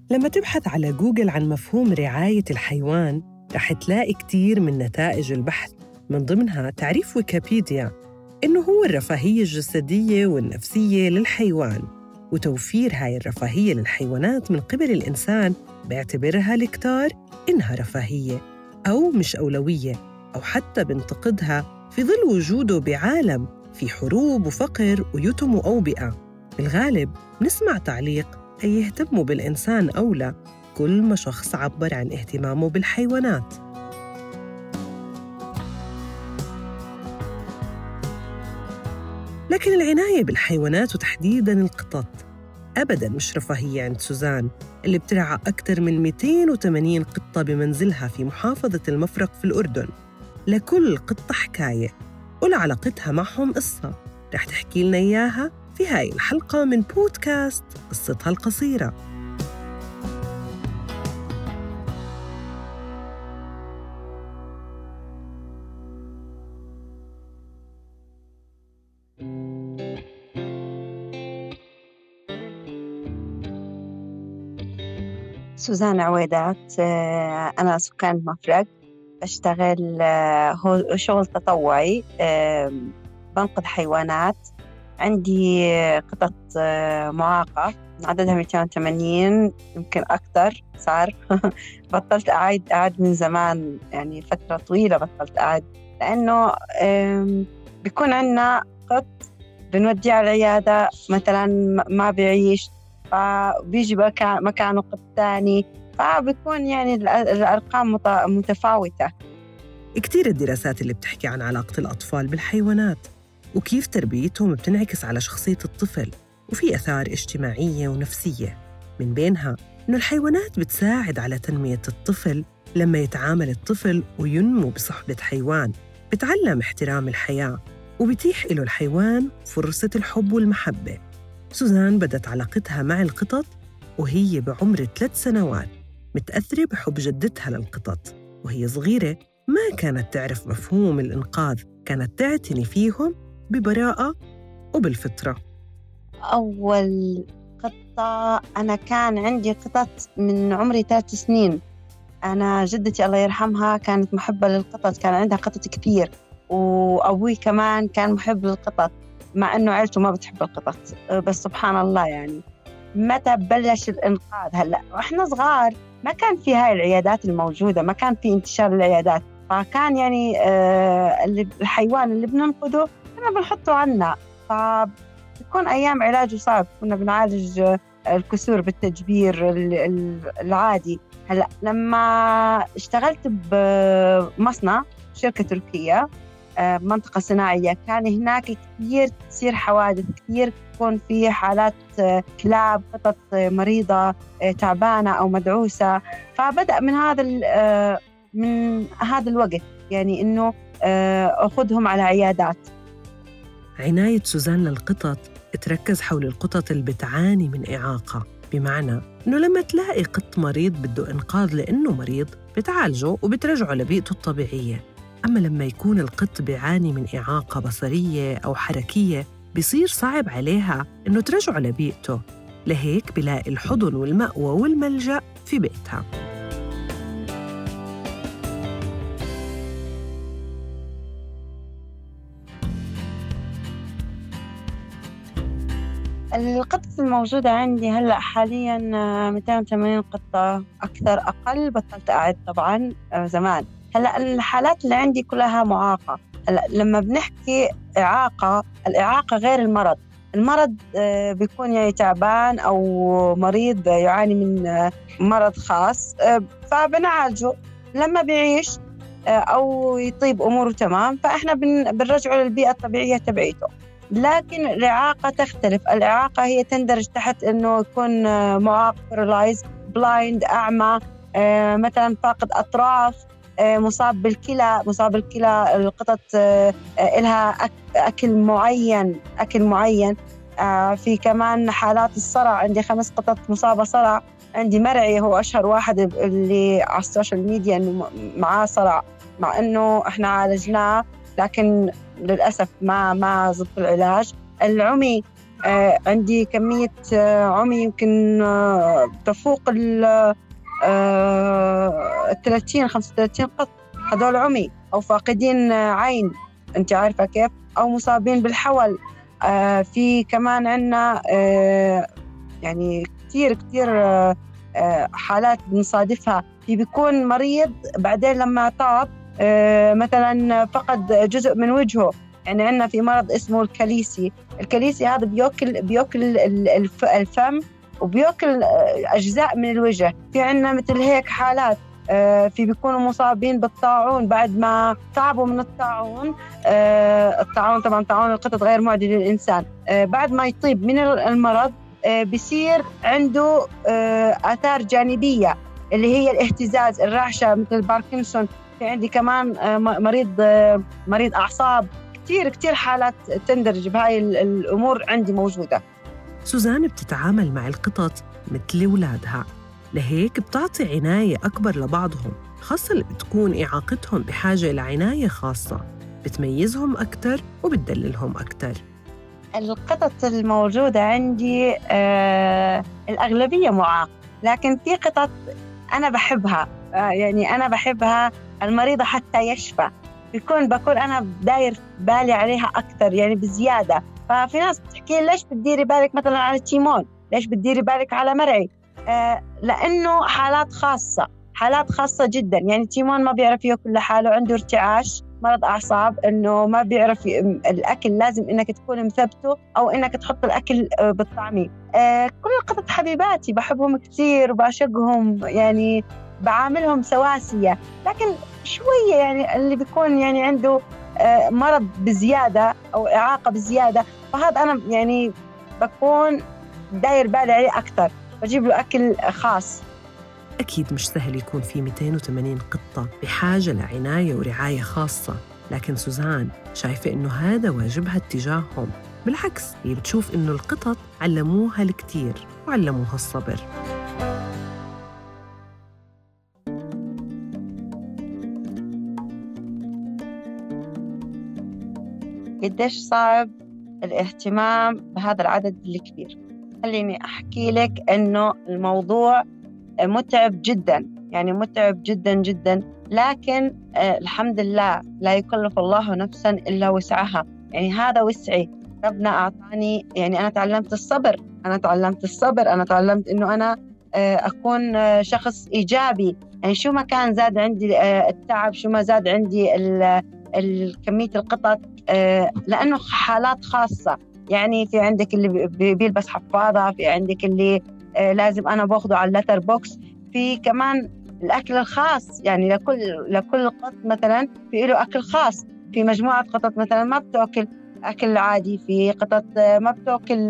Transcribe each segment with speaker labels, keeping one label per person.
Speaker 1: لما تبحث على جوجل عن مفهوم رعاية الحيوان رح تلاقي كتير من نتائج البحث، من ضمنها تعريف ويكيبيديا إنه هو الرفاهية الجسدية والنفسية للحيوان، وتوفير هاي الرفاهية للحيوانات من قبل الإنسان بيعتبرها الكتار إنها رفاهية أو مش أولوية، أو حتى بنتقدها في ظل وجوده بعالم في حروب وفقر ويتم وأوبئة. بالغالب نسمع تعليق أن يهتموا بالإنسان أولى كل ما شخص عبر عن اهتمامه بالحيوانات. لكن العناية بالحيوانات وتحديداً القطط أبداً مش رفاهية عند سوزان اللي بترعى أكثر من 280 قطة بمنزلها في محافظة المفرق في الأردن. لكل قطة حكاية ولعلاقتها معهم قصة رح تحكي لنا إياها في هاي الحلقة من بودكاست قصتها القصيرة.
Speaker 2: سوزان عويدات. أنا سكان مفرق، أشتغل هو شغل تطوعي، بنقذ حيوانات. عندي قطط معاقة عددها 280 يمكن أكثر صار. بطلت أعد من زمان، يعني فترة طويلة بطلت أعد، لأنه بيكون عندنا قط بنوديه على العيادة مثلا ما بيعيش، فبيجي مكانه قط ثاني، فبيكون يعني الأرقام متفاوتة.
Speaker 1: كتير الدراسات اللي بتحكي عن علاقة الأطفال بالحيوانات وكيف تربيتهم بتنعكس على شخصية الطفل، وفي آثار اجتماعية ونفسية، من بينها إنه الحيوانات بتساعد على تنمية الطفل. لما يتعامل الطفل وينمو بصحبة حيوان بتعلم احترام الحياة وبتيح له الحيوان فرصة الحب والمحبة. سوزان بدت علاقتها مع القطط وهي بعمر 3 سنوات، متأثرة بحب جدتها للقطط. وهي صغيرة ما كانت تعرف مفهوم الإنقاذ، كانت تعتني فيهم ببراءة وبالفطرة.
Speaker 2: أول قطة أنا كان عندي قطط من عمري 3 سنين. أنا جدتي الله يرحمها كانت محبة للقطط، كان عندها قطط كثير، وأبوي كمان كان محب للقطط مع أنه عيلته ما بتحب القطط. بس سبحان الله، يعني متى بلش الإنقاذ؟ هلأ وإحنا صغار ما كان في هاي العيادات الموجودة، ما كان في انتشار العيادات، فكان يعني الحيوان اللي بننقذه كنا بنحطه عنا، فبكون أيام علاجه صعب، كنا بنعالج الكسور بالتجبير العادي. هلأ لما اشتغلت بمصنع شركة تركية منطقة صناعية، كان هناك كثير تصير حوادث، كثير يكون في حالات كلاب قطط مريضة تعبانة أو مدعوسة، فبدأ من هذا الوقت يعني إنه أخذهم على عيادات.
Speaker 1: عناية سوزان للقطط تركز حول القطط اللي بتعاني من إعاقة، بمعنى إنه لما تلاقي قط مريض بده إنقاذ لأنه مريض بتعالجه وبترجعه لبيئته الطبيعية. أما لما يكون القط بيعاني من إعاقة بصرية أو حركية بيصير صعب عليها إنه ترجعه لبيئته، لهيك بلاقي الحضن والمأوى والملجأ في بيتها.
Speaker 2: القطط الموجودة عندي هلأ حالياً 280 قطة، أكثر أقل بطلت أعد طبعاً زمان. هلأ الحالات اللي عندي كلها معاقة. هلأ لما بنحكي إعاقة، الإعاقة غير المرض. المرض بيكون يعني تعبان أو مريض يعاني من مرض خاص، فبنعالجه. لما بيعيش أو يطيب أموره تمام، فإحنا بنرجعه للبيئة الطبيعية تبعيته. لكن الإعاقة تختلف. الإعاقة هي تندرج تحت إنه يكون معاق بلايند أعمى، مثلا فاقد أطراف، مصاب بالكلى. القطط إلها أكل معين. في كمان حالات الصرع، عندي 5 قطط مصابة صرع. عندي مرعي هو أشهر واحد اللي على السوشيال ميديا إنه معاه صرع، مع إنه إحنا عالجناه لكن للأسف ما ضبط العلاج. العمي عندي كمية عمي يمكن تفوق 30 35 قط. هذول عمي أو فاقدين عين، أنت عارفة كيف، أو مصابين بالحول. في كمان عنا يعني كتير حالات بنصادفها، في بيكون مريض بعدين لما طاب مثلا فقد جزء من وجهه. يعني عندنا في مرض اسمه الكاليسي هذا بيأكل الفم وبيأكل أجزاء من الوجه. في عندنا مثل هيك حالات في بيكونوا مصابين بالطاعون بعد ما تعبوا من الطاعون. الطاعون طبعا طاعون القطط غير معدي للإنسان. بعد ما يطيب من المرض بيصير عنده آثار جانبية اللي هي الاهتزاز، الرعشة مثل باركنسون. في عندي كمان مريض أعصاب. كتير حالات تندرج بهاي الأمور عندي موجودة.
Speaker 1: سوزان بتتعامل مع القطط مثل أولادها، لهيك بتعطي عناية أكبر لبعضهم، خاصة اللي بتكون إعاقتهم بحاجة لعناية خاصة، بتميزهم أكتر وبتدللهم أكتر.
Speaker 2: القطط الموجودة عندي الأغلبية معاق، لكن في قطط أنا بحبها. يعني أنا بحبها المريضة حتى يشفى، بكون أنا داير بالي عليها أكتر يعني بزيادة. ففي ناس بتحكي ليش بتديري بالك مثلا على تيمون، ليش بتديري بالك على مرعي؟ لأنه حالات خاصة جدا. يعني تيمون ما بيعرف يأكل لحاله، عنده ارتعاش، مرض أعصاب، إنه ما بيعرف الأكل، لازم إنك تكون مثبته أو إنك تحط الأكل بالطعمية. كل القطط حبيباتي، بحبهم كثير وبعشقهم، يعني بعاملهم سواسية. لكن شوية يعني اللي بيكون يعني عنده مرض بزيادة أو إعاقة بزيادة، فهذا أنا يعني بكون داير بالي عليه أكتر، بجيب له أكل خاص.
Speaker 1: أكيد مش سهل يكون في 280 قطة بحاجة لعناية ورعاية خاصة، لكن سوزان شايفة إنه هذا واجبها اتجاههم. بالعكس، هي بتشوف إنه القطط علموها الكثير وعلموها الصبر.
Speaker 2: قديش صعب الاهتمام بهذا العدد الكبير. خليني أحكي لك إنه الموضوع متعب جدا، يعني متعب جدا، لكن الحمد لله لا يكلف الله نفسا إلا وسعها. يعني هذا وسعي، ربنا أعطاني. يعني أنا تعلمت الصبر، أنا تعلمت إنه أنا أكون شخص إيجابي. يعني شو ما كان زاد عندي التعب، شو ما زاد عندي كمية القطط، لأنه حالات خاصة. يعني في عندك اللي بيلبس حفاضة، في عندك اللي لازم أنا باخده على اللتر بوكس، في كمان الأكل الخاص. يعني لكل قط مثلا في له أكل خاص. في مجموعة قطط مثلا ما بتأكل أكل عادي، في قطط ما بتأكل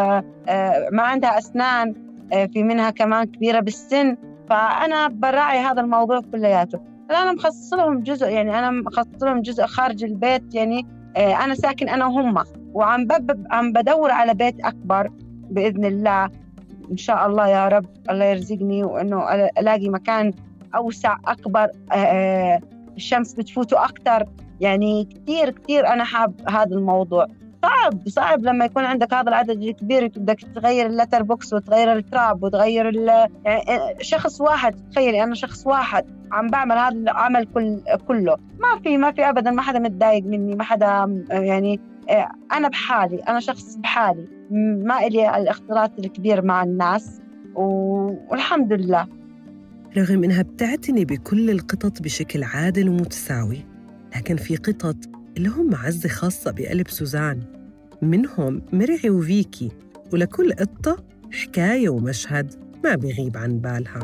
Speaker 2: ما عندها أسنان، في منها كمان كبيرة بالسن. فأنا براعي هذا الموضوع كلياته. أنا مخصص لهم جزء، يعني أنا مخصص لهم جزء خارج البيت. يعني أنا ساكن أنا وهم، وعم بدور على بيت أكبر بإذن الله إن شاء الله يا رب. الله يرزقني وإنه ألاقي مكان أوسع أكبر، الشمس بتفوته أكتر. يعني كتير أنا حاب هذا الموضوع. صعب لما يكون عندك هذا العدد الكبير، بدك تغير اللتر بوكس وتغير التراب وتغير يعني شخص واحد. تخيلي أنا شخص واحد عم بعمل هذا العمل كله. ما في أبدا، ما حدا متضايق مني، ما حدا يعني أنا بحالي، أنا شخص بحالي، ما إلي الاختلاط الكبير مع الناس والحمد لله.
Speaker 1: رغم إنها بتعتني بكل القطط بشكل عادل ومتساوي، لكن في قطط اللي هم معزة خاصة بقلب سوزان، منهم مرعي وفيكي، ولكل قطة حكاية ومشهد ما بيغيب عن بالها.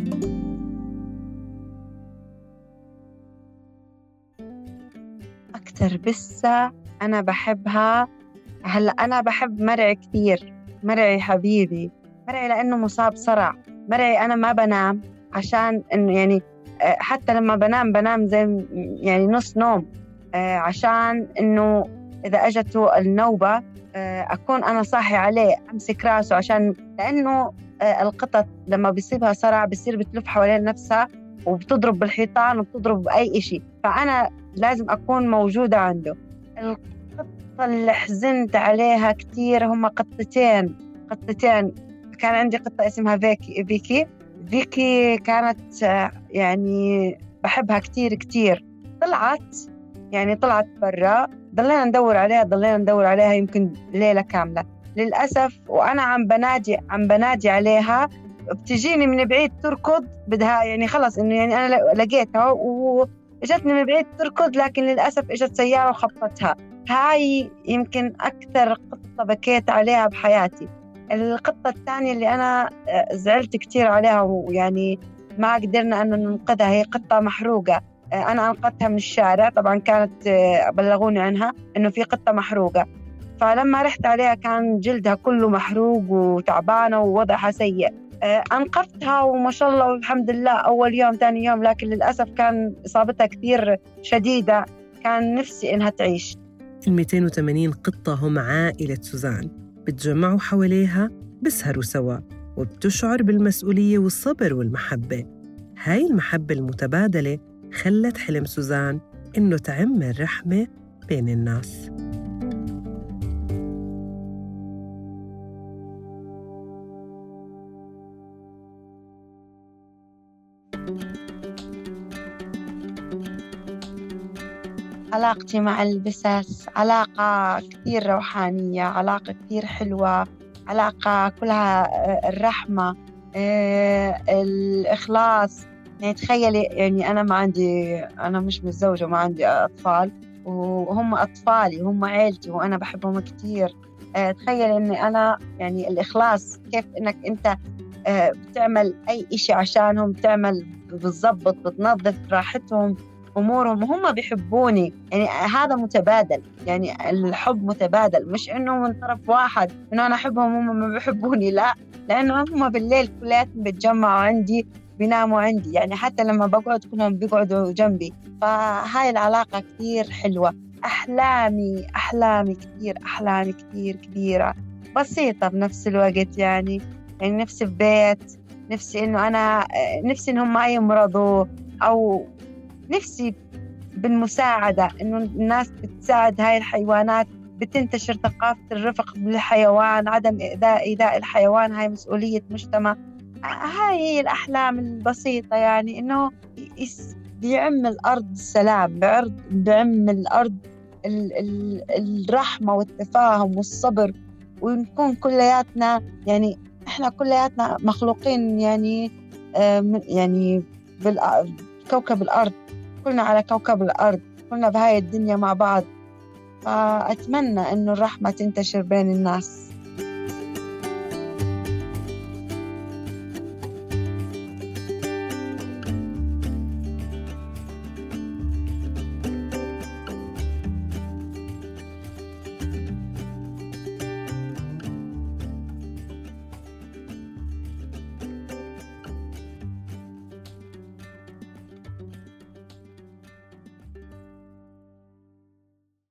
Speaker 2: أكتر بسة أنا بحبها، هلأ أنا بحب مرعي كثير. مرعي حبيبي، مرعي لأنه مصاب صرع. مرعي أنا ما بنام عشان إنه يعني حتى لما بنام زي يعني نص نوم، عشان إنه إذا أجته النوبة أكون أنا صاحي عليه، أمسك راسه، عشان لأنه القطط لما بيصيبها صرع بصير بتلف حوالين نفسها وبتضرب بالحيطان وبتضرب بأي إشي، فأنا لازم أكون موجودة عنده. القط القطة اللي حزنت عليها كتير هم قطتين. كان عندي قطة اسمها فيكي كانت يعني بحبها كتير. طلعت برا، ضلينا ندور عليها يمكن ليلة كاملة للأسف. وأنا عم بنادي عليها، بتجيني من بعيد تركض، بدها يعني خلص إنه يعني أنا لقيتها وإجتني من بعيد تركض، لكن للأسف إجت سيارة وخبطتها. هاي يمكن أكثر قطة بكيت عليها بحياتي. القطة الثانية اللي أنا زعلت كتير عليها ويعني ما قدرنا أن ننقذها، هي قطة محروقة. أنا أنقذتها من الشارع، طبعا كانت بلغوني عنها إنه في قطة محروقة، فلما رحت عليها كان جلدها كله محروق وتعبانة ووضعها سيء. أنقذتها وما شاء الله والحمد لله أول يوم ثاني يوم، لكن للأسف كان إصابتها كثير شديدة، كان نفسي إنها تعيش.
Speaker 1: 280 قطة هم عائلة سوزان، بتجمعوا حواليها، بسهروا سوا، وبتشعر بالمسؤولية والصبر والمحبة. هاي المحبة المتبادلة خلت حلم سوزان إنه تعم الرحمة بين الناس.
Speaker 2: علاقتي مع البسس علاقة كثير روحانية، علاقة كثير حلوة، علاقة كلها الرحمة، الإخلاص. يعني تخيلي، يعني أنا مش متزوجة وما عندي أطفال، وهم أطفالي، هم عيلتي، وأنا بحبهم كثير. تخيلي إني أنا يعني الإخلاص، كيف إنك أنت بتعمل أي إشي عشانهم، بتعمل بالضبط، بتنظف راحتهم أمورهم، وهم بيحبوني. يعني هذا متبادل، يعني الحب متبادل، مش إنه من طرف واحد إنه أنا أحبهم هم ما بيحبوني، لا، لأنه هم بالليل كلياتهم بيتجمعوا عندي، بيناموا عندي، يعني حتى لما بقعد كلهم بيقعدوا جنبي. فهاي العلاقة كثير حلوة. أحلامي كثير كبيرة، بسيطة بنفس الوقت. يعني نفسي في بيت، نفسي إن هم ما يمرضوا، أو نفسي بالمساعدة، إنه الناس بتساعد هاي الحيوانات، بتنتشر ثقافة الرفق بالحيوان، عدم إيذاء الحيوان، هاي مسؤولية مجتمع. هاي هي الأحلام البسيطة، يعني إنه بيعم الأرض السلام، بيعم الأرض الرحمة والتفاهم والصبر، ونكون كلياتنا، يعني إحنا كلياتنا مخلوقين يعني كوكب الأرض، كلنا على كوكب الأرض، كلنا بهاي الدنيا مع بعض. فأتمنى إنه الرحمة تنتشر بين الناس.